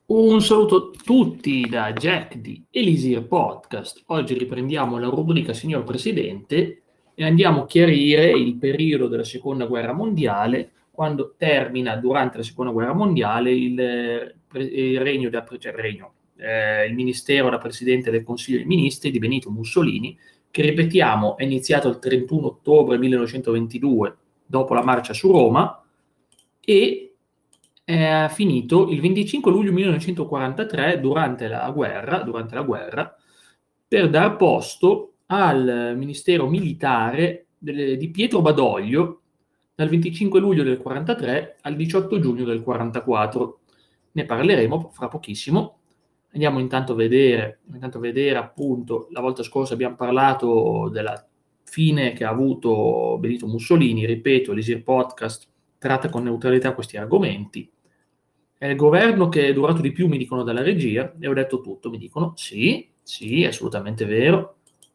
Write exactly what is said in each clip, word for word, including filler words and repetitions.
Un saluto a tutti da Jack di Elisir Podcast. Oggi riprendiamo la rubrica Signor Presidente e andiamo a chiarire il periodo della Seconda Guerra Mondiale, quando termina durante la Seconda Guerra Mondiale il, il regno, da, cioè il, regno eh, il ministero da Presidente del Consiglio dei Ministri di Benito Mussolini, che ripetiamo è iniziato il trentuno ottobre millenovecentoventidue dopo la marcia su Roma e è finito il venticinque luglio millenovecentoquarantatré durante la guerra, durante la guerra per dar posto al ministero militare delle, di Pietro Badoglio dal venticinque luglio del quarantatré al diciotto giugno del quarantaquattro. Ne parleremo fra pochissimo. Andiamo intanto a vedere, intanto a vedere appunto, la volta scorsa abbiamo parlato della fine che ha avuto Benito Mussolini. Ripeto, l'Elisir Podcast tratta con neutralità questi argomenti. È il governo che è durato di più, mi dicono dalla regia, e ho detto tutto, mi dicono sì, sì, è assolutamente vero.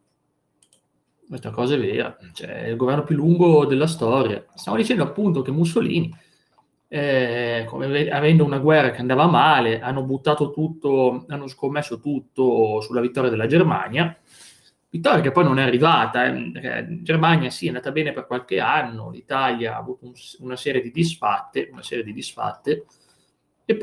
Questa cosa è vera, cioè è il governo più lungo della storia. Stiamo dicendo appunto che Mussolini, eh, come, avendo una guerra che andava male, hanno buttato tutto, hanno scommesso tutto sulla vittoria della Germania, vittoria che poi non è arrivata. Eh. Germania sì, è andata bene per qualche anno, l'Italia ha avuto un, una serie di disfatte, una serie di disfatte, e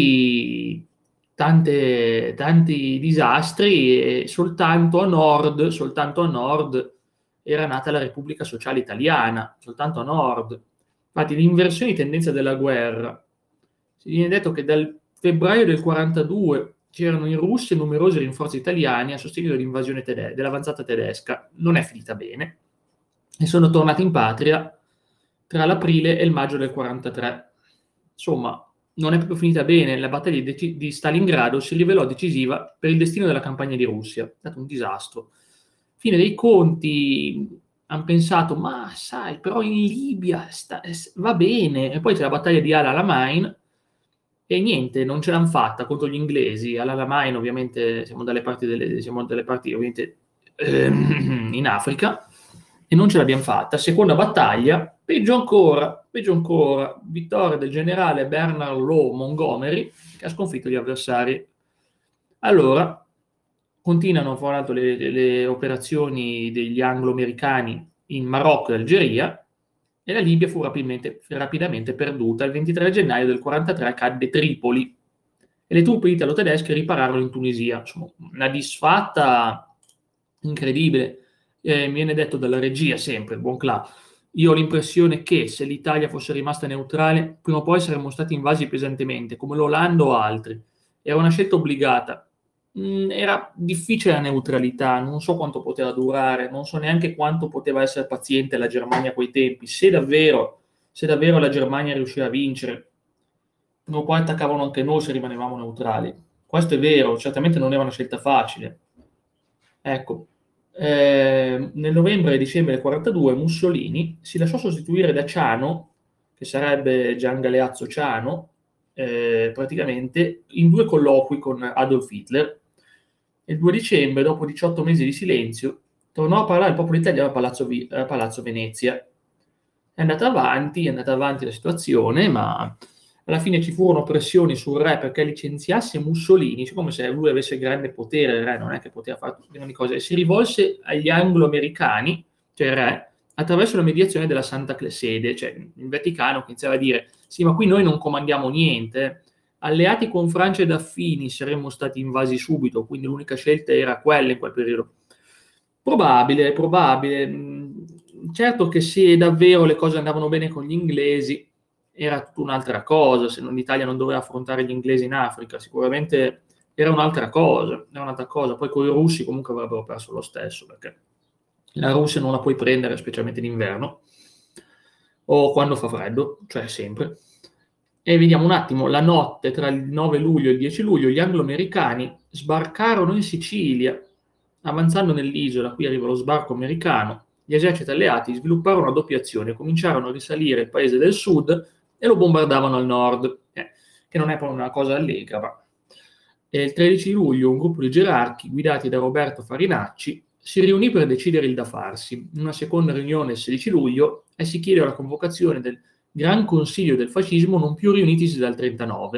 poi tante, tanti disastri, e soltanto a nord, soltanto a nord era nata la Repubblica Sociale Italiana, soltanto a nord. Infatti l'inversione di tendenza della guerra, si viene detto che dal febbraio del quarantadue c'erano in Russia numerosi rinforzi italiani a sostegno dell'invasione tedesca, dell'avanzata tedesca, non è finita bene, e sono tornati in patria tra l'aprile e il maggio del quarantatré. Insomma, non è proprio finita bene. La battaglia di, di Stalingrado si rivelò decisiva per il destino della campagna di Russia. È stato un disastro. Fine dei conti, hanno pensato, ma sai, però in Libia sta, va bene. E poi c'è la battaglia di Al Alamein e niente, non ce l'hanno fatta contro gli inglesi. Al Alamein, ovviamente, siamo dalle parti, delle, siamo dalle parti ovviamente, ehm, in Africa, e non ce l'abbiamo fatta. Seconda battaglia, peggio ancora, peggio ancora, vittoria del generale Bernard Law Montgomery, che ha sconfitto gli avversari. Allora, continuano fra l'altro le, le operazioni degli anglo-americani in Marocco e Algeria, e la Libia fu rapidamente, rapidamente perduta. Il ventitré gennaio del quarantatré cadde Tripoli e le truppe italo-tedesche ripararono in Tunisia. Insomma, una disfatta incredibile. Eh, mi viene detto dalla regia sempre, buon Cla, io ho l'impressione che se l'Italia fosse rimasta neutrale, prima o poi saremmo stati invasi pesantemente, come l'Olanda o altri. Era una scelta obbligata. Mm, era difficile la neutralità, non so quanto poteva durare, non so neanche quanto poteva essere paziente la Germania a quei tempi. Se davvero, se davvero la Germania riusciva a vincere, prima o poi attaccavano anche noi se rimanevamo neutrali. Questo è vero, certamente non era una scelta facile. Ecco. Eh, nel novembre e dicembre del quarantadue Mussolini si lasciò sostituire da Ciano, che sarebbe Gian Galeazzo Ciano, eh, praticamente in due colloqui con Adolf Hitler. Il due dicembre, dopo diciotto mesi di silenzio, tornò a parlare al popolo italiano a Palazzo, Vi- a Palazzo Venezia. È andata avanti, è andata avanti la situazione, ma alla fine ci furono pressioni sul re perché licenziasse Mussolini, come se lui avesse grande potere. Il re non è che poteva fare tutte le grandi cose, e si rivolse agli anglo-americani, cioè il re, attraverso la mediazione della Santa Sede, cioè il Vaticano, che iniziava a dire sì, ma qui noi non comandiamo niente, alleati con Francia ed affini saremmo stati invasi subito, quindi l'unica scelta era quella in quel periodo. Probabile, probabile. Certo che se davvero le cose andavano bene con gli inglesi era tutta un'altra cosa, se non, l'Italia non doveva affrontare gli inglesi in Africa, sicuramente era un'altra cosa, era un'altra cosa. Poi con i russi comunque avrebbero perso lo stesso, perché la Russia non la puoi prendere, specialmente in inverno, o quando fa freddo, cioè sempre. E vediamo un attimo, la notte tra il nove luglio e il dieci luglio gli anglo-americani sbarcarono in Sicilia, avanzando nell'isola. Qui arriva lo sbarco americano. Gli eserciti alleati svilupparono una doppia azione, cominciarono a risalire il paese del sud e lo bombardavano al nord, eh, che non è proprio una cosa allegra. Ma. E il tredici luglio un gruppo di gerarchi, guidati da Roberto Farinacci, si riunì per decidere il da farsi. In una seconda riunione il sedici luglio e si chiede la convocazione del Gran Consiglio del Fascismo, non più riunitisi dal trentanove.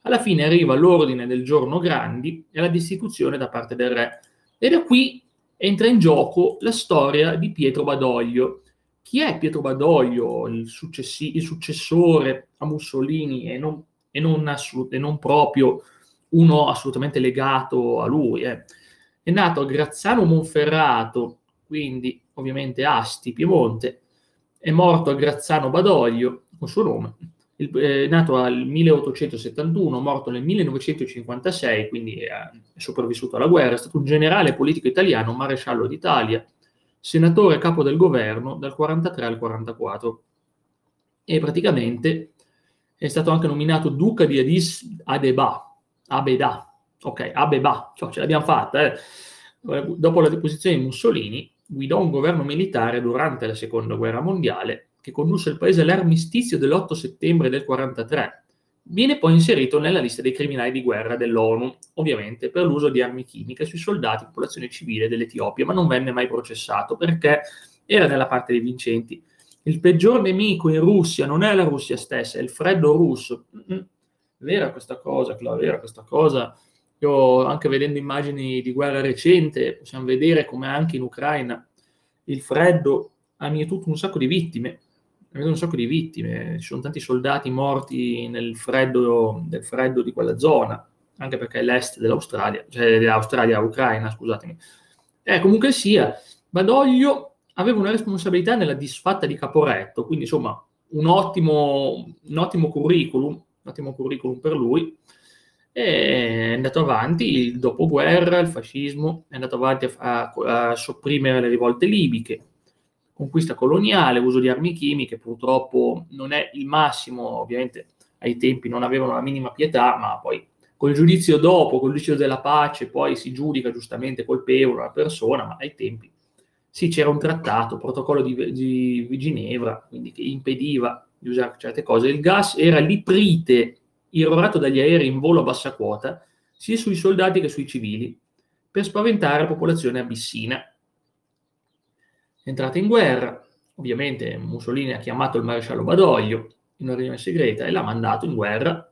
Alla fine arriva l'ordine del giorno Grandi e la destituzione da parte del re. E da qui entra in gioco la storia di Pietro Badoglio. Chi è Pietro Badoglio, il, successi- il successore a Mussolini e non, e non, assolut- e non proprio uno assolutamente legato a lui? Eh. È nato a Grazzano Monferrato, quindi ovviamente Asti, Piemonte, è morto a Grazzano Badoglio, con suo nome, il, è nato nel milleottocentosettantuno, morto nel millenovecentocinquantasei, quindi è, è sopravvissuto alla guerra, è stato un generale politico italiano, maresciallo d'Italia, senatore capo del governo dal quarantatré al quarantaquattro e praticamente è stato anche nominato duca di Addis Abeba, Abeba, ok, Abeba, cioè, ce l'abbiamo fatta, eh. Dopo la deposizione di Mussolini, guidò un governo militare durante la seconda guerra mondiale che condusse il paese all'armistizio dell'otto settembre del quarantatré. Viene poi inserito nella lista dei criminali di guerra dell'ONU, ovviamente per l'uso di armi chimiche sui soldati e popolazione civile dell'Etiopia, ma non venne mai processato perché era nella parte dei vincenti. Il peggior nemico in Russia non è la Russia stessa, è il freddo russo. Mm-mm. Vera questa cosa, Cla, vera questa cosa. Io, anche vedendo immagini di guerra recente, possiamo vedere come anche in Ucraina il freddo ha mietuto un sacco di vittime. Ha mietuto un sacco di vittime. Ci sono tanti soldati morti nel freddo, nel freddo di quella zona, anche perché è l'est dell'Australia, cioè dell'Australia, Ucraina, scusatemi. Eh, comunque sia, Badoglio aveva una responsabilità nella disfatta di Caporetto, quindi insomma un ottimo, un ottimo curriculum, un ottimo curriculum per lui. E è andato avanti il dopoguerra, il fascismo, è andato avanti a, a, a sopprimere le rivolte libiche, conquista coloniale, uso di armi chimiche, purtroppo non è il massimo, ovviamente ai tempi non avevano la minima pietà, ma poi col giudizio dopo, col giudizio della pace, poi si giudica giustamente colpevole una persona, ma ai tempi sì, c'era un trattato, protocollo di, di, di Ginevra, quindi che impediva di usare certe cose. Il gas era l'iprite irrorato dagli aerei in volo a bassa quota, sia sui soldati che sui civili, per spaventare la popolazione abissina. È entrata in guerra, ovviamente Mussolini ha chiamato il maresciallo Badoglio in una riunione segreta e l'ha mandato in guerra.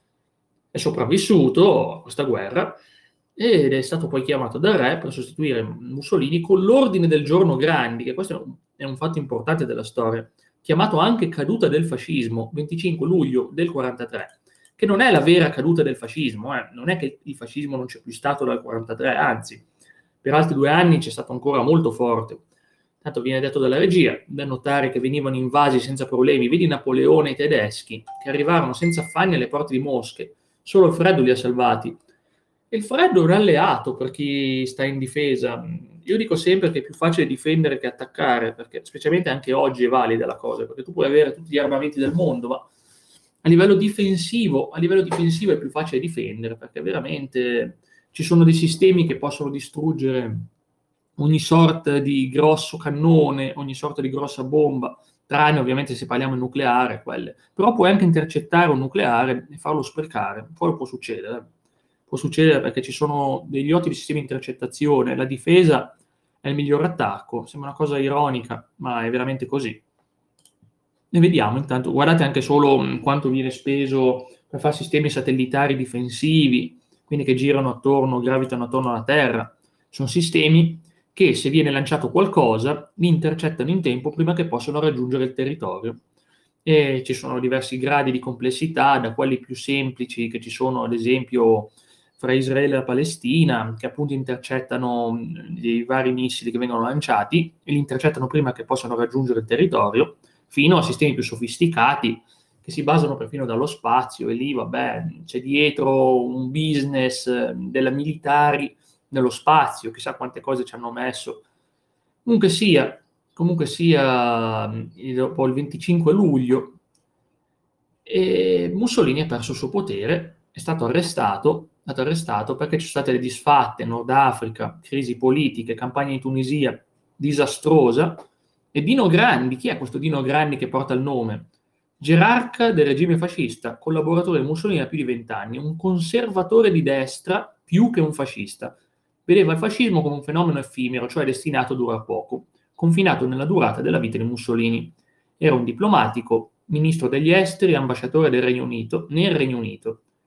È sopravvissuto a questa guerra ed è stato poi chiamato dal re per sostituire Mussolini con l'ordine del giorno Grandi, che questo è un fatto importante della storia, chiamato anche caduta del fascismo, venticinque luglio del quarantatré, che non è la vera caduta del fascismo, eh. Non è che il fascismo non c'è più stato dal quarantatré, anzi, per altri due anni c'è stato ancora molto forte. Tanto viene detto dalla regia, da notare che venivano invasi senza problemi, vedi Napoleone e i tedeschi, che arrivarono senza affanni alle porte di Mosca, solo il freddo li ha salvati. Il freddo è un alleato per chi sta in difesa. Io dico sempre che è più facile difendere che attaccare, perché specialmente anche oggi è valida la cosa, perché tu puoi avere tutti gli armamenti del mondo, ma a livello difensivo, a livello difensivo è più facile difendere, perché veramente ci sono dei sistemi che possono distruggere ogni sorta di grosso cannone, ogni sorta di grossa bomba, tranne ovviamente se parliamo di nucleare, quelle. Però puoi anche intercettare un nucleare e farlo sprecare, poi può succedere. Può succedere perché ci sono degli ottimi sistemi di intercettazione, la difesa è il miglior attacco, sembra una cosa ironica, ma è veramente così. Ne vediamo intanto, guardate anche solo quanto viene speso per fare sistemi satellitari difensivi, quindi che girano attorno, gravitano attorno alla Terra. Sono sistemi che se viene lanciato qualcosa, li intercettano in tempo prima che possano raggiungere il territorio. E ci sono diversi gradi di complessità, da quelli più semplici che ci sono ad esempio fra Israele e la Palestina, che appunto intercettano i vari missili che vengono lanciati e li intercettano prima che possano raggiungere il territorio, fino a sistemi più sofisticati che si basano perfino dallo spazio, e lì vabbè c'è dietro un business della militari nello spazio, chissà quante cose ci hanno messo. Comunque sia, comunque sia, dopo il venticinque luglio, e Mussolini ha perso il suo potere, è stato arrestato, è stato arrestato perché ci sono state le disfatte, Nord Africa, crisi politiche, campagna in Tunisia disastrosa, e Dino Grandi, chi è questo Dino Grandi che porta il nome? Gerarca del regime fascista, collaboratore di Mussolini da più di vent'anni, un conservatore di destra più che un fascista. Vedeva il fascismo come un fenomeno effimero, cioè destinato a durare poco, confinato nella durata della vita di Mussolini. Era un diplomatico, ministro degli esteri e ambasciatore del Regno Unito, nel Regno Unito.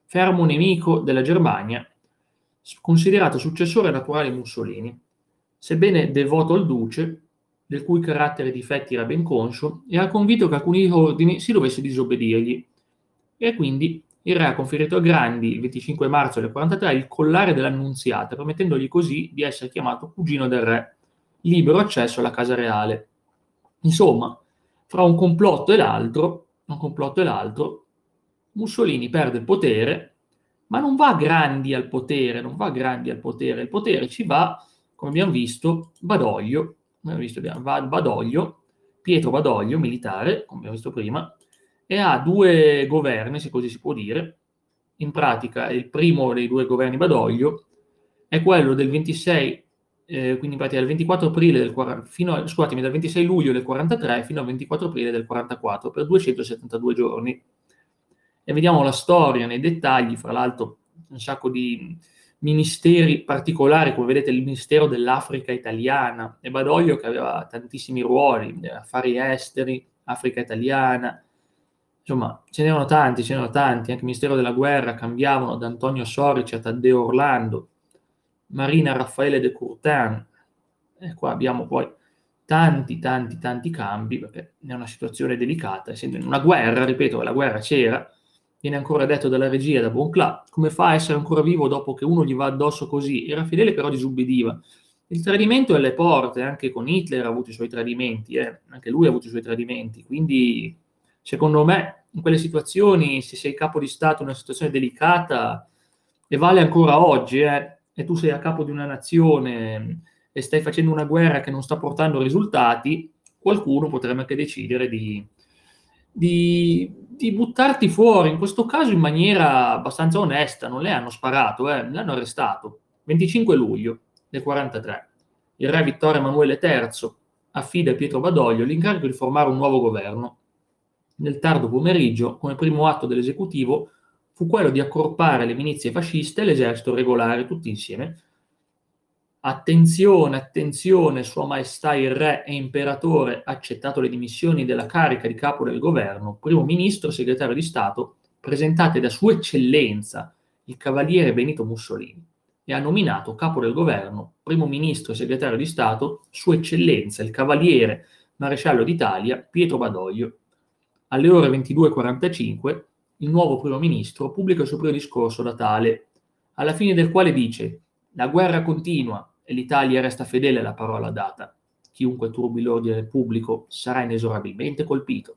fermo nemico della Germania, considerato successore naturale di Mussolini. Sebbene devoto al duce, del cui carattere e difetti era ben conscio, era convinto che alcuni ordini si dovesse disobbedirgli, e quindi il re ha conferito a Grandi il venticinque marzo del quarantatré il collare dell'Annunziata, permettendogli così di essere chiamato cugino del re, libero accesso alla casa reale. Insomma, fra un complotto e l'altro, un complotto e l'altro, Mussolini perde il potere, ma non va Grandi al potere, non va Grandi al potere, il potere ci va, come abbiamo visto, Badoglio, come abbiamo visto, va Badoglio, Pietro Badoglio, militare, come abbiamo visto prima, e ha due governi, se così si può dire. In pratica, il primo dei due governi Badoglio è quello del ventisei, eh, quindi in pratica dal ventiquattro aprile del quaranta, fino a, scusatemi, dal ventisei luglio del quarantatré fino al ventiquattro aprile del quarantaquattro, per duecentosettantadue giorni. E vediamo la storia nei dettagli, fra l'altro un sacco di ministeri particolari, come vedete il Ministero dell'Africa italiana, e Badoglio che aveva tantissimi ruoli, affari esteri, Africa italiana, insomma ce n'erano tanti, ce n'erano tanti, anche il Ministero della Guerra cambiavano da Antonio Sorici a Taddeo Orlando, Marina Raffaele de Courtin, e qua abbiamo poi tanti, tanti, tanti cambi, perché è una situazione delicata, essendo in una guerra, ripeto, la guerra c'era, viene ancora detto dalla regia, da Bonclà, come fa a essere ancora vivo dopo che uno gli va addosso così? Era fedele però disubbediva. Il tradimento è alle porte, anche con Hitler ha avuto i suoi tradimenti, eh? Anche lui ha avuto i suoi tradimenti, quindi secondo me in quelle situazioni, se sei capo di Stato in una situazione delicata, e vale ancora oggi, eh? E tu sei a capo di una nazione e stai facendo una guerra che non sta portando risultati, qualcuno potrebbe anche decidere di... Di, di buttarti fuori, in questo caso in maniera abbastanza onesta, non le hanno sparato, eh, l'hanno arrestato. venticinque luglio del quarantatré, il re Vittorio Emanuele terzo affida a Pietro Badoglio l'incarico di formare un nuovo governo. Nel tardo pomeriggio, come primo atto dell'esecutivo, fu quello di accorpare le milizie fasciste e l'esercito regolare tutti insieme. Attenzione, attenzione, Sua Maestà il Re e Imperatore ha accettato le dimissioni della carica di capo del governo, primo ministro e segretario di Stato, presentate da Sua Eccellenza il Cavaliere Benito Mussolini, e ha nominato capo del governo, primo ministro e segretario di Stato, Sua Eccellenza il Cavaliere Maresciallo d'Italia Pietro Badoglio. Alle ore ventidue e quarantacinque il nuovo primo ministro pubblica il suo primo discorso datale, alla fine del quale dice: la guerra continua e l'Italia resta fedele alla parola data. Chiunque turbi l'ordine pubblico sarà inesorabilmente colpito.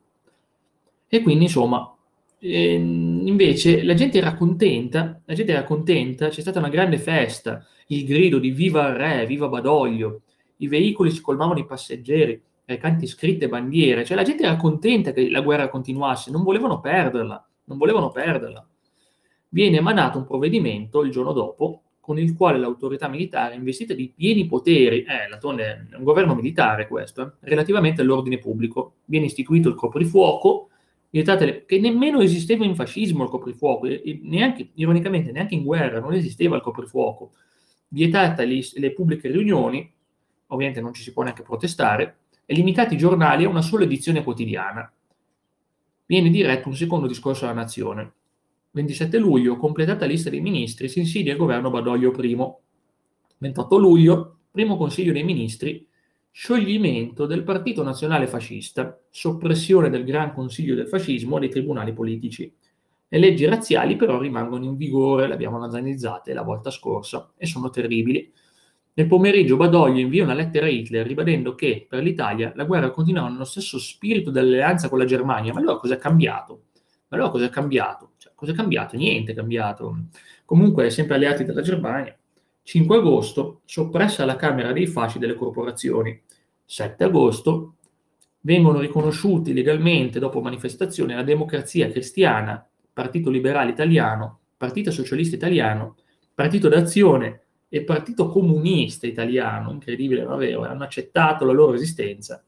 E quindi, insomma, ehm, invece la gente era contenta, la gente era contenta, c'è stata una grande festa, il grido di viva il re, viva Badoglio, i veicoli si colmavano di passeggeri, recanti scritte bandiere, cioè la gente era contenta che la guerra continuasse, non volevano perderla, non volevano perderla. Viene emanato un provvedimento il giorno dopo, con il quale l'autorità militare, investita di pieni poteri, eh, l'attuale è un governo militare questo, eh, relativamente all'ordine pubblico, viene istituito il coprifuoco, che nemmeno esisteva in fascismo il coprifuoco, e neanche, ironicamente neanche in guerra non esisteva il coprifuoco, vietate le, le pubbliche riunioni, ovviamente non ci si può neanche protestare, e limitati i giornali a una sola edizione quotidiana. Viene diretto un secondo discorso alla nazione. ventisette luglio, completata la lista dei ministri, si insidia il governo Badoglio primo. ventotto luglio, primo consiglio dei ministri, scioglimento del Partito Nazionale Fascista, soppressione del Gran Consiglio del Fascismo e dei tribunali politici. Le leggi razziali però rimangono in vigore, le abbiamo analizzate la volta scorsa, e sono terribili. Nel pomeriggio Badoglio invia una lettera a Hitler ribadendo che per l'Italia la guerra continuava nello stesso spirito dell'alleanza con la Germania. Ma allora cosa è cambiato? Ma allora cosa è cambiato? Cioè, cosa è cambiato? Niente è cambiato. Comunque, sempre alleati della Germania. cinque agosto, soppressa la Camera dei Fasci delle corporazioni. sette agosto, vengono riconosciuti legalmente, dopo manifestazioni, la Democrazia Cristiana, Partito Liberale Italiano, Partito Socialista Italiano, Partito d'Azione e Partito Comunista Italiano, incredibile ma vero, hanno accettato la loro esistenza.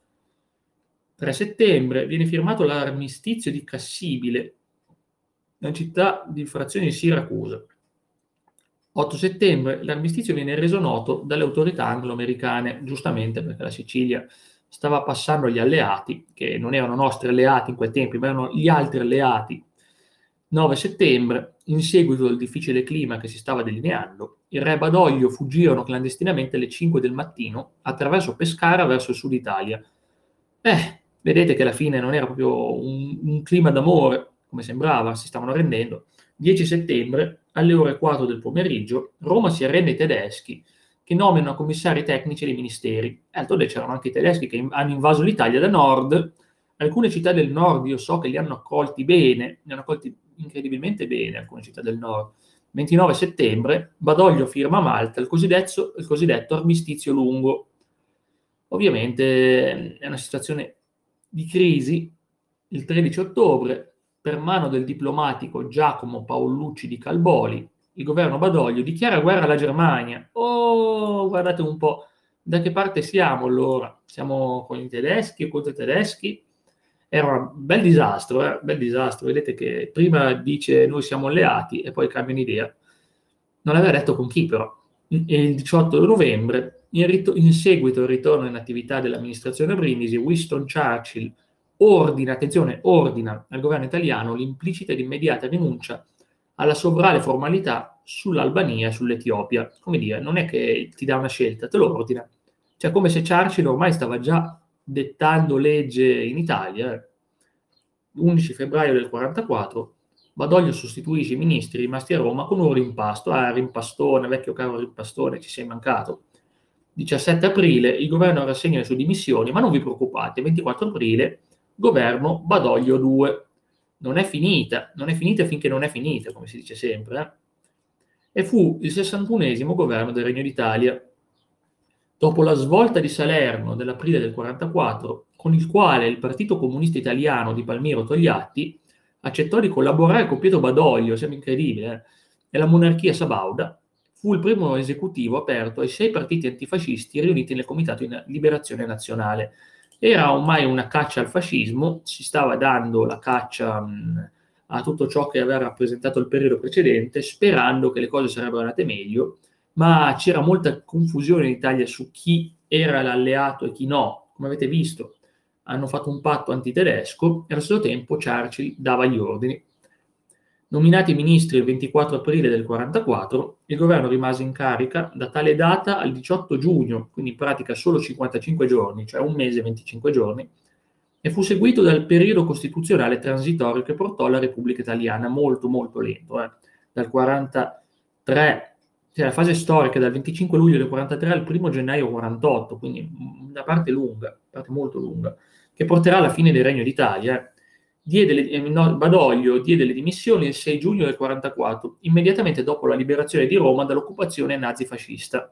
tre settembre viene firmato l'armistizio di Cassibile, nella città di frazione di Siracusa. otto settembre l'armistizio viene reso noto dalle autorità anglo-americane, giustamente perché la Sicilia stava passando agli alleati, che non erano nostri alleati in quei tempi, ma erano gli altri alleati. nove settembre, in seguito al difficile clima che si stava delineando, il re Badoglio fuggirono clandestinamente alle cinque del mattino attraverso Pescara verso il sud Italia. Eh, vedete che alla fine non era proprio un, un clima d'amore, come sembrava, si stavano rendendo. dieci settembre, alle ore quattro del pomeriggio, Roma si arrende ai tedeschi, che nominano commissari tecnici dei ministeri. D'altronde c'erano anche i tedeschi che hanno invaso l'Italia da nord. Alcune città del nord io so che li hanno accolti bene, li hanno accolti incredibilmente bene alcune città del nord. ventinove settembre, Badoglio firma a Malta il cosiddetto, il cosiddetto armistizio lungo. Ovviamente è una situazione di crisi. Il tredici ottobre, per mano del diplomatico Giacomo Paolucci di Calboli, il governo Badoglio dichiara guerra alla Germania. Oh, guardate un po', da che parte siamo allora? Siamo con i tedeschi o contro i tedeschi? Era un bel disastro, eh? Bel disastro. Vedete che prima dice noi siamo alleati e poi cambiano idea. Non aveva detto con chi però. E il diciotto novembre, in, rit- in seguito al ritorno in attività dell'amministrazione Brindisi, Winston Churchill ordina, attenzione, ordina al governo italiano l'implicita ed immediata rinuncia alla sovrale formalità sull'Albania e sull'Etiopia. Come dire, non è che ti dà una scelta, te lo ordina. Cioè come se Churchill ormai stava già dettando legge in Italia. undici febbraio del quarantaquattro, Badoglio sostituisce i ministri rimasti a Roma con un rimpasto. Ah, rimpastone, vecchio caro rimpastone, ci sei mancato. diciassette aprile, il governo rassegna le sue dimissioni, ma non vi preoccupate, ventiquattro aprile, governo Badoglio due. Non è finita, non è finita finché non è finita, come si dice sempre. Eh? E fu il sessantunesimo governo del Regno d'Italia. Dopo la svolta di Salerno dell'aprile del quarantaquattro, con il quale il Partito Comunista Italiano di Palmiro Togliatti accettò di collaborare con Pietro Badoglio, sembra incredibile, eh? E la monarchia sabauda, fu il primo esecutivo aperto ai sei partiti antifascisti riuniti nel Comitato in Liberazione Nazionale. Era ormai una caccia al fascismo, si stava dando la caccia mh, a tutto ciò che aveva rappresentato il periodo precedente, sperando che le cose sarebbero andate meglio, ma c'era molta confusione in Italia su chi era l'alleato e chi no. Come avete visto, hanno fatto un patto antitedesco e allo stesso tempo Churchill dava gli ordini. Nominati ministri il ventiquattro aprile del quarantaquattro, il governo rimase in carica da tale data al diciotto giugno, quindi in pratica solo cinquantacinque giorni, cioè un mese e venticinque giorni, e fu seguito dal periodo costituzionale transitorio che portò alla Repubblica Italiana, molto molto lento, eh? Dal quarantatré, cioè la fase storica dal venticinque luglio del quarantatré al primo gennaio quarantotto, quindi una parte lunga, una parte molto lunga, che porterà alla fine del Regno d'Italia. Eh? Diede le, no, Badoglio diede le dimissioni il sei giugno del quarantaquattro, immediatamente dopo la liberazione di Roma dall'occupazione nazifascista.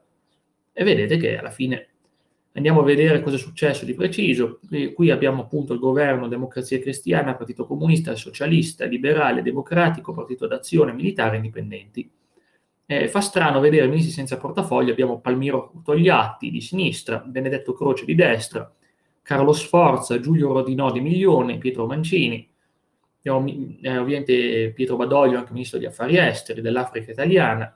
E vedete che alla fine andiamo a vedere cosa è successo di preciso. Qui, qui abbiamo appunto il governo Democrazia Cristiana, Partito Comunista, Socialista, Liberale, Democratico, Partito d'Azione, Militare, Indipendenti. Eh, fa strano vedere ministri senza portafoglio. Abbiamo Palmiro Togliatti di sinistra, Benedetto Croce di destra, Carlo Sforza, Giulio Rodinò di Milione, Pietro Mancini, abbiamo eh, ovviamente Pietro Badoglio, anche ministro degli affari esteri, dell'Africa italiana,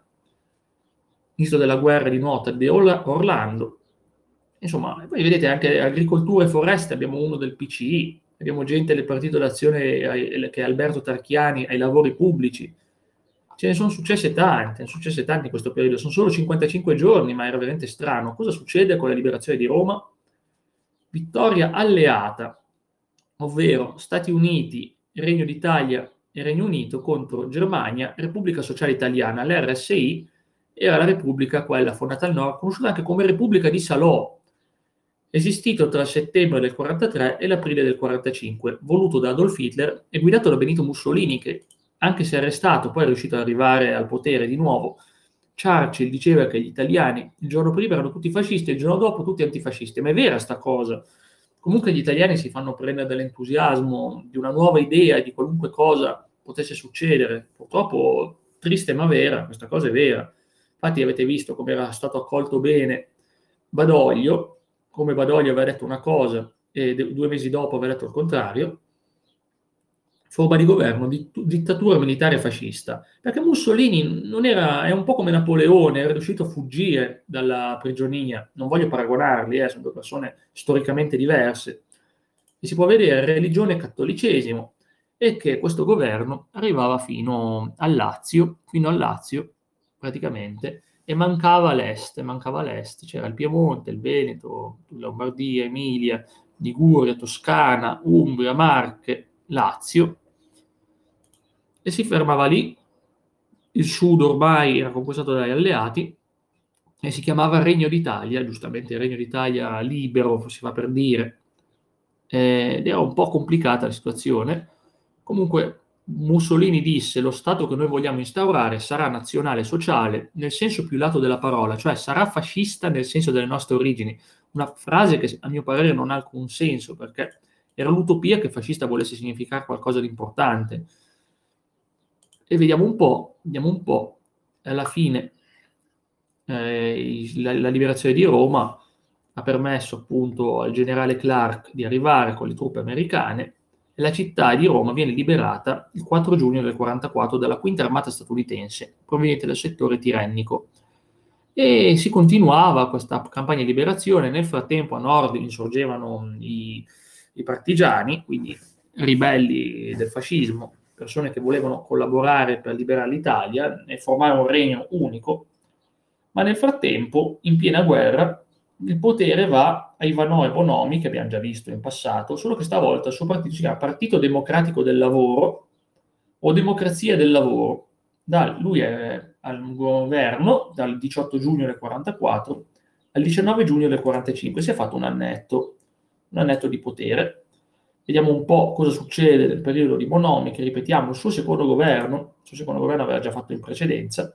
ministro della guerra di nuoto di Orlando. Insomma, poi vedete anche agricoltura e foreste, abbiamo uno del P C I, abbiamo gente del Partito d'Azione che è Alberto Tarchiani ai lavori pubblici. Ce ne sono successe tante, ne sono successe tante in questo periodo, sono solo cinquantacinque giorni, ma era veramente strano. Cosa succede con la liberazione di Roma? Vittoria alleata, ovvero Stati Uniti, Regno d'Italia e Regno Unito contro Germania, Repubblica Sociale Italiana, l'R S I, era la Repubblica, quella fondata al nord, conosciuta anche come Repubblica di Salò, esistito tra il settembre del quarantatré e l'aprile del quarantacinque, voluto da Adolf Hitler e guidato da Benito Mussolini, che anche se arrestato poi è riuscito ad arrivare al potere di nuovo. Churchill diceva che gli italiani il giorno prima erano tutti fascisti e il giorno dopo tutti antifascisti, ma è vera sta cosa. Comunque gli italiani si fanno prendere dall'entusiasmo di una nuova idea di qualunque cosa potesse succedere. Purtroppo triste ma vera, questa cosa è vera. Infatti avete visto come era stato accolto bene Badoglio, come Badoglio aveva detto una cosa e due mesi dopo aveva detto il contrario. Forma di governo, di dittatura militare fascista, perché Mussolini non era, è un po' come Napoleone, era riuscito a fuggire dalla prigionia. Non voglio paragonarli, eh, sono due persone storicamente diverse. E si può vedere religione e cattolicesimo. e che questo governo arrivava fino al Lazio, fino al Lazio praticamente, e mancava l'est, mancava l'est, c'era il Piemonte, il Veneto, Lombardia, Emilia, Liguria, Toscana, Umbria, Marche, Lazio, e si fermava lì. Il sud ormai era conquistato dagli alleati e si chiamava Regno d'Italia, giustamente il Regno d'Italia libero, si fa per dire, ed era un po' complicata la situazione. Comunque Mussolini disse: lo Stato che noi vogliamo instaurare sarà nazionale e sociale nel senso più lato della parola, cioè sarà fascista nel senso delle nostre origini. Una frase che a mio parere non ha alcun senso, perché era l'utopia che fascista volesse significare qualcosa di importante. E vediamo un po', vediamo un po', alla fine eh, la, la liberazione di Roma ha permesso appunto al generale Clark di arrivare con le truppe americane e la città di Roma viene liberata il quattro giugno del quarantaquattro dalla quinta armata statunitense proveniente dal settore tirrenico. E si continuava questa campagna di liberazione. Nel frattempo a nord insorgevano i, i partigiani, quindi ribelli del fascismo, persone che volevano collaborare per liberare l'Italia e formare un regno unico, ma nel frattempo, in piena guerra, il potere va a Ivanò e Bonomi, che abbiamo già visto in passato, solo che stavolta il suo partito si chiama Partito Democratico del Lavoro o Democrazia del Lavoro. Da, lui è al governo dal diciotto giugno del quarantaquattro al diciannove giugno del quarantacinque, si è fatto un annetto, un annetto di potere. Vediamo un po' cosa succede nel periodo di Bonomi, che ripetiamo il suo secondo governo, il suo secondo governo aveva già fatto in precedenza.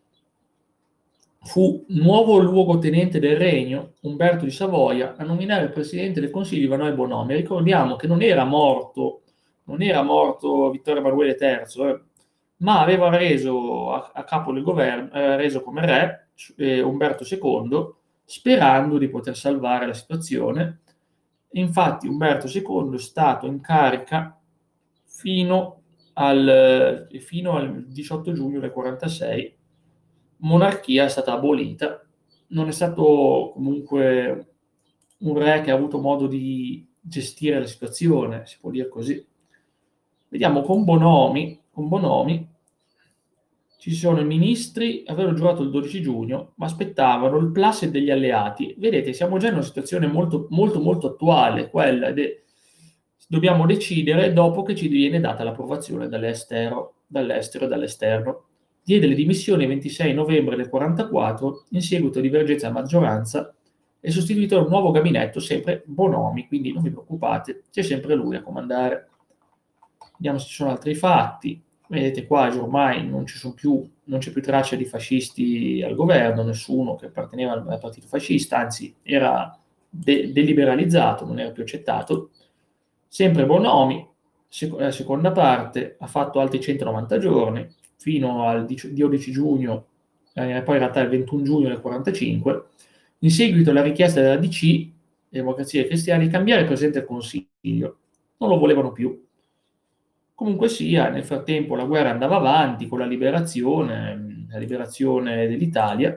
Fu nuovo luogotenente del regno, Umberto di Savoia, a nominare il presidente del Consiglio Ivanoe Bonomi. Ricordiamo che non era morto, non era morto Vittorio Emanuele terzo, eh, ma aveva reso a, a capo del governo, eh, reso come re eh, Umberto secondo, sperando di poter salvare la situazione. Infatti Umberto secondo è stato in carica fino al, fino al diciotto giugno del quarantasei. Monarchia è stata abolita, non è stato comunque un re che ha avuto modo di gestire la situazione, si può dire così. Vediamo con Bonomi, con Bonomi ci sono i ministri, avevano giurato il dodici giugno, ma aspettavano il plus degli alleati. Vedete, siamo già in una situazione molto, molto, molto attuale, quella de- dobbiamo decidere dopo che ci viene data l'approvazione dall'estero, dall'estero e dall'esterno. Diede le dimissioni il ventisei novembre del quarantaquattro in seguito a divergenza a maggioranza e sostituito da un nuovo gabinetto, sempre Bonomi, quindi non vi preoccupate, c'è sempre lui a comandare. Vediamo se ci sono altri fatti. Vedete qua ormai non ci sono più, non c'è più traccia di fascisti al governo, nessuno che apparteneva al, al partito fascista, anzi era de- deliberalizzato, non era più accettato. Sempre Bonomi, sec- la seconda parte, ha fatto altri centonovanta giorni, fino al dodici giugno, eh, poi in realtà il ventuno giugno del quarantacinque. In seguito alla richiesta della D C, Democrazia Cristiana, di cambiare il Presidente del Consiglio. Non lo volevano più. Comunque sia, nel frattempo la guerra andava avanti con la liberazione, la liberazione dell'Italia,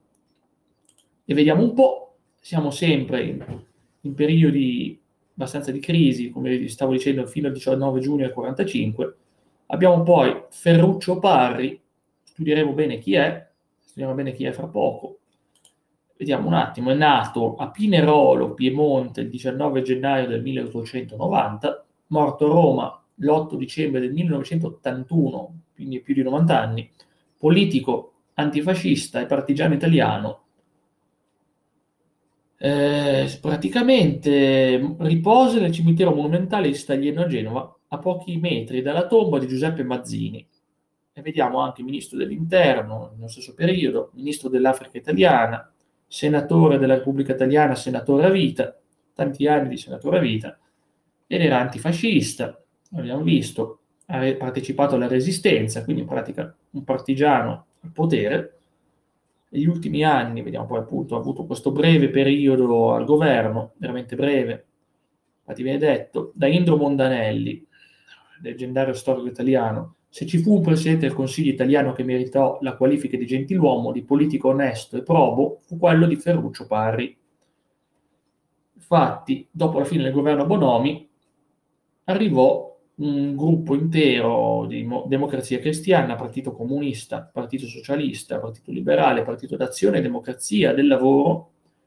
e vediamo un po', siamo sempre in, in periodi abbastanza di crisi, come vi stavo dicendo, fino al diciannove giugno del quarantacinque. Abbiamo poi Ferruccio Parri, studieremo bene chi è, studieremo bene chi è fra poco. Vediamo un attimo, è nato a Pinerolo, Piemonte, il diciannove gennaio del milleottocentonovanta, morto a Roma l'otto dicembre del millenovecentottantuno, quindi più di novanta anni, politico antifascista e partigiano italiano. Eh, praticamente riposa nel cimitero monumentale di Staglieno a Genova, a pochi metri dalla tomba di Giuseppe Mazzini. E vediamo anche ministro dell'Interno, nello stesso periodo, ministro dell'Africa italiana, senatore della Repubblica Italiana, senatore a vita, tanti anni di senatore a vita, ed era antifascista, abbiamo visto, ha partecipato alla Resistenza, quindi in pratica un partigiano al potere. Negli ultimi anni, vediamo poi appunto, ha avuto questo breve periodo al governo, veramente breve, infatti viene detto, da Indro Mondanelli, leggendario storico italiano: se ci fu un presidente del Consiglio italiano che meritò la qualifica di gentiluomo, di politico onesto e probo, fu quello di Ferruccio Parri. Infatti, dopo la fine del governo Bonomi, arrivò un gruppo intero di mo- Democrazia Cristiana, Partito Comunista, Partito Socialista, Partito Liberale, Partito d'Azione e Democrazia del Lavoro,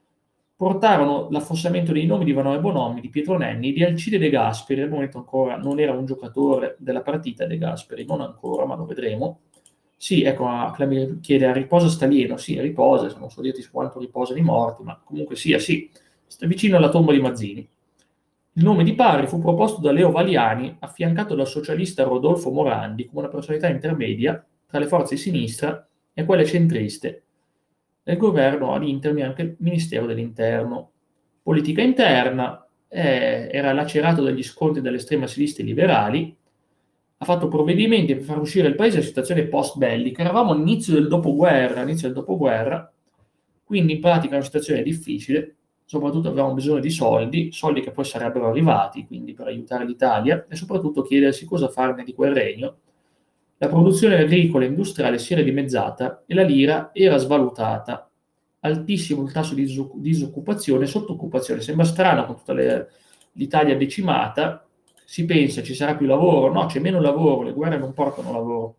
portarono l'affossamento dei nomi di Vanoi Bonomi, di Pietro Nenni, di Alcide De Gasperi. Al momento ancora non era un giocatore della partita De Gasperi, non ancora, ma lo vedremo. Sì, ecco, Accla mi chiede, a riposa Stalieno? Sì, riposa, non so dirti su quanto riposa di morti, ma comunque sia, sì, sta vicino alla tomba di Mazzini. Il nome di Parri fu proposto da Leo Valiani, affiancato dal socialista Rodolfo Morandi, come una personalità intermedia tra le forze di sinistra e quelle centriste. Nel governo ad interni anche il Ministero dell'Interno. Politica interna, eh, era lacerato dagli scontri dell'estrema sinistra e liberali, ha fatto provvedimenti per far uscire il paese da situazione post-bellica. Eravamo all'inizio del dopoguerra, all'inizio del dopoguerra, quindi in pratica è una situazione difficile, soprattutto avevamo bisogno di soldi, soldi che poi sarebbero arrivati, quindi per aiutare l'Italia, e soprattutto chiedersi cosa farne di quel regno. La produzione agricola e industriale si era dimezzata e la lira era svalutata. Altissimo il tasso di disoccupazione e sottoccupazione. Sembra strano con tutta le, l'Italia decimata, si pensa ci sarà più lavoro, no, c'è meno lavoro, le guerre non portano lavoro,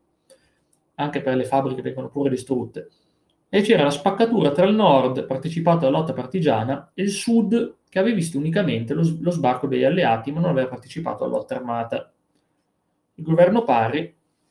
anche per le fabbriche vengono pure distrutte. E c'era la spaccatura tra il nord, partecipato alla lotta partigiana, e il sud, che aveva visto unicamente lo, lo sbarco degli alleati, ma non aveva partecipato alla lotta armata. Il governo Parri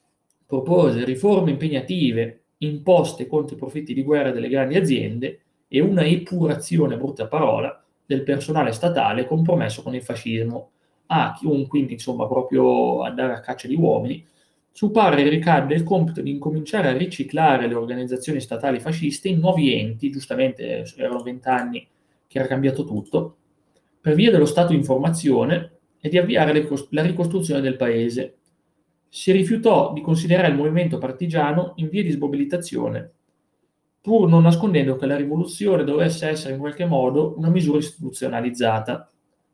propose riforme impegnative imposte contro i profitti di guerra delle grandi aziende e una epurazione, brutta parola, del personale statale compromesso con il fascismo. A chiunque, quindi, insomma, proprio andare a caccia di uomini. Su Parri ricadde il compito di incominciare a riciclare le organizzazioni statali fasciste in nuovi enti, giustamente erano vent'anni che era cambiato tutto, per via dello stato di informazione e di avviare la ricostruzione del paese. Si rifiutò di considerare il movimento partigiano in via di smobilitazione, pur non nascondendo che la rivoluzione dovesse essere in qualche modo una misura istituzionalizzata.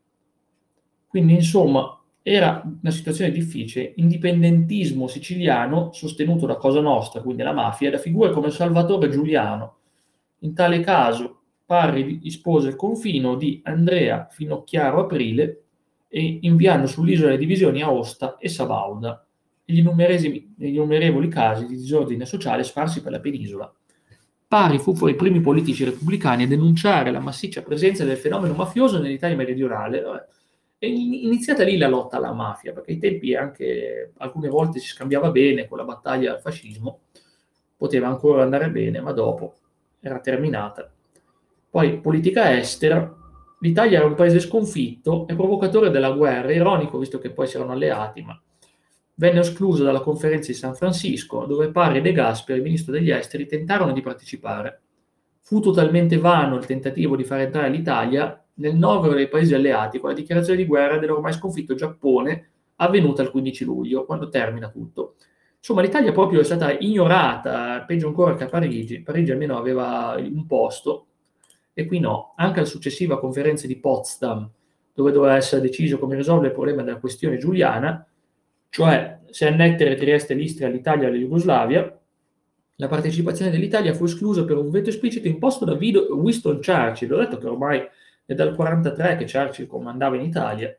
Quindi, insomma, era una situazione difficile. Indipendentismo siciliano sostenuto da Cosa Nostra, quindi la mafia, da figure come Salvatore Giuliano. In tale caso, Parri dispose il confino di Andrea Finocchiaro Aprile e inviando sull'isola le divisioni Aosta e Sabauda e gli, gli innumerevoli casi di disordine sociale sparsi per la penisola. Parri fu fra i primi politici repubblicani a denunciare la massiccia presenza del fenomeno mafioso nell'Italia meridionale. È iniziata lì la lotta alla mafia, perché ai tempi anche alcune volte si scambiava bene con la battaglia al fascismo, poteva ancora andare bene, ma dopo era terminata. Poi politica estera, l'Italia era un paese sconfitto e provocatore della guerra, ironico visto che poi si erano alleati, ma venne escluso dalla conferenza di San Francisco, dove Parri e De Gasperi, ministro degli esteri, tentarono di partecipare. Fu totalmente vano il tentativo di far entrare l'Italia nel novero dei paesi alleati con la dichiarazione di guerra dell'ormai sconfitto Giappone, avvenuta il quindici luglio, quando termina tutto. Insomma, l'Italia proprio è stata ignorata, peggio ancora che a Parigi. Parigi almeno aveva un posto, e qui no. Anche alla successiva conferenza di Potsdam, dove doveva essere deciso come risolvere il problema della questione giuliana, cioè se annettere Trieste e l'Istria all'Italia e alla Jugoslavia, la partecipazione dell'Italia fu esclusa per un veto esplicito imposto da Winston Churchill. Ho detto che ormai è dal quarantatré che Churchill comandava in Italia.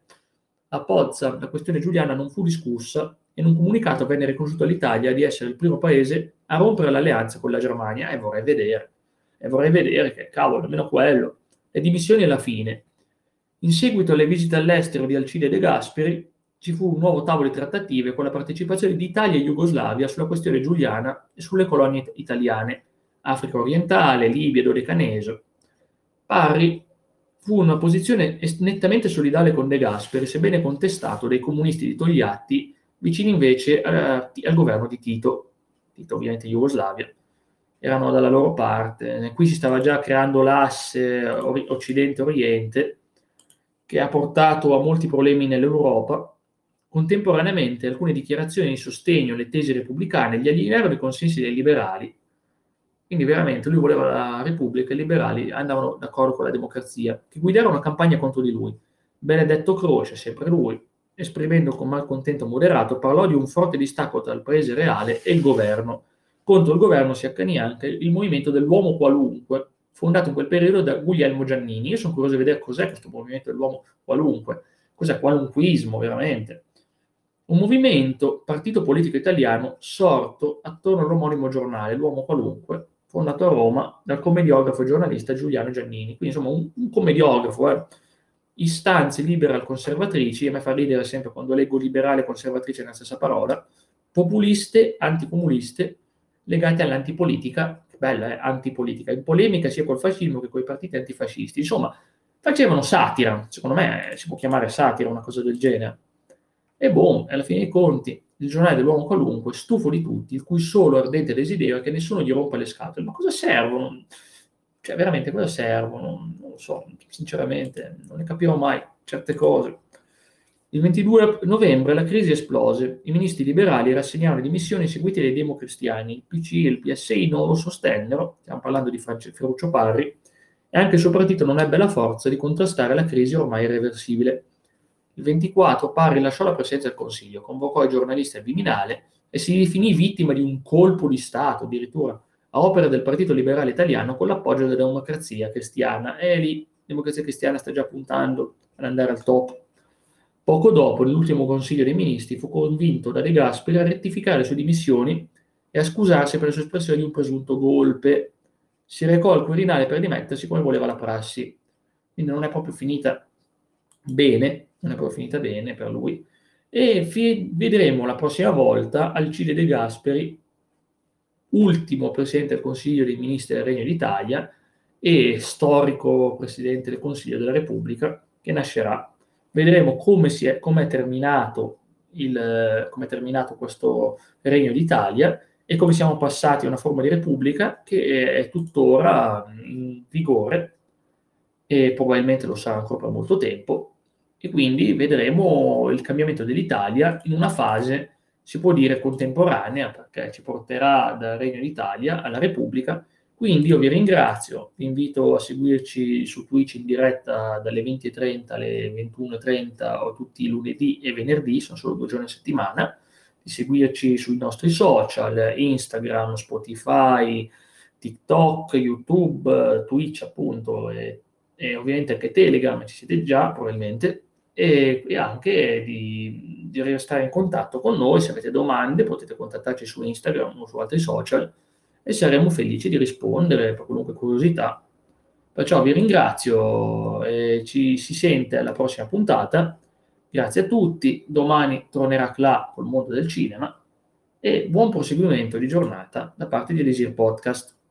A Potsdam la questione giuliana non fu discussa e in un comunicato venne riconosciuto all'Italia di essere il primo paese a rompere l'alleanza con la Germania, e vorrei vedere, e vorrei vedere che, cavolo, almeno quello. Le dimissioni alla fine. In seguito alle visite all'estero di Alcide De Gasperi, ci fu un nuovo tavolo di trattative con la partecipazione di Italia e Jugoslavia sulla questione giuliana e sulle colonie italiane, Africa orientale, Libia, Dodecaneso. Parri fu una posizione nettamente solidale con De Gasperi, sebbene contestato dai comunisti di Togliatti, vicini invece al, al governo di Tito, Tito ovviamente Jugoslavia, erano dalla loro parte. Qui si stava già creando l'asse Occidente-Oriente, che ha portato a molti problemi nell'Europa. Contemporaneamente alcune dichiarazioni di sostegno alle tesi repubblicane gli alienarono i consensi dei liberali. Quindi veramente lui voleva la Repubblica e i liberali andavano d'accordo con la democrazia, che guidarono una campagna contro di lui. Benedetto Croce, sempre lui, esprimendo con malcontento moderato, parlò di un forte distacco tra il paese reale e il governo. Contro il governo si accanì anche il movimento dell'uomo qualunque, fondato in quel periodo da Guglielmo Giannini. Io sono curioso di vedere cos'è questo movimento dell'uomo qualunque, cos'è qualunquismo veramente. Un movimento, partito politico italiano, sorto attorno all'omonimo giornale, L'Uomo Qualunque, fondato a Roma dal commediografo e giornalista Giuliano Giannini. Quindi insomma un, un commediografo, eh. Istanze liberal conservatrici, e a me fa ridere sempre quando leggo liberale e conservatrice nella stessa parola, populiste, anticomuniste, legate all'antipolitica, bella, eh, antipolitica, in polemica sia col fascismo che con i partiti antifascisti. Insomma, facevano satira, secondo me eh, si può chiamare satira una cosa del genere. E boh, alla fine dei conti, il giornale dell'uomo qualunque, stufo di tutti, il cui solo ardente desiderio è che nessuno gli rompa le scatole. Ma cosa servono? Cioè, veramente, cosa servono? Non lo so, sinceramente, non ne capirò mai certe cose. Il ventidue novembre la crisi esplose, i ministri liberali rassegnarono le dimissioni seguite dai democristiani, il P C e il P S I non lo sostennero, stiamo parlando di France- Ferruccio Parri, e anche il suo partito non ebbe la forza di contrastare la crisi ormai irreversibile. Il ventiquattro Parri lasciò la presidenza del Consiglio, convocò i giornalisti al Viminale e si definì vittima di un colpo di Stato, addirittura, a opera del Partito Liberale Italiano con l'appoggio della Democrazia Cristiana. E lì la Democrazia Cristiana sta già puntando ad andare al top. Poco dopo, nell'ultimo Consiglio dei Ministri, fu convinto da De Gasperi a rettificare le sue dimissioni e a scusarsi per la sua espressione di un presunto golpe. Si recò al Quirinale per dimettersi come voleva la prassi. Quindi non è proprio finita bene, non è proprio finita bene per lui. E fi- vedremo la prossima volta Alcide De Gasperi, ultimo Presidente del Consiglio dei Ministri del Regno d'Italia e storico Presidente del Consiglio della Repubblica, che nascerà. Vedremo come si è, come è terminato il, come è terminato questo Regno d'Italia e come siamo passati a una forma di Repubblica che è tuttora in vigore e probabilmente lo sarà ancora per molto tempo, e quindi vedremo il cambiamento dell'Italia in una fase, si può dire, contemporanea, perché ci porterà dal Regno d'Italia alla Repubblica. Quindi io vi ringrazio, vi invito a seguirci su Twitch in diretta dalle venti e trenta alle ventuno e trenta o tutti i lunedì e venerdì, sono solo due giorni a settimana, di seguirci sui nostri social, Instagram, Spotify, TikTok, YouTube, Twitch appunto, e, e ovviamente anche Telegram, ci siete già probabilmente, e, e anche di, di restare in contatto con noi. Se avete domande potete contattarci su Instagram o su altri social e saremo felici di rispondere per qualunque curiosità. Perciò vi ringrazio e ci si sente alla prossima puntata. Grazie a tutti, domani tornerà Cla col mondo del cinema e buon proseguimento di giornata da parte di Elisir Podcast.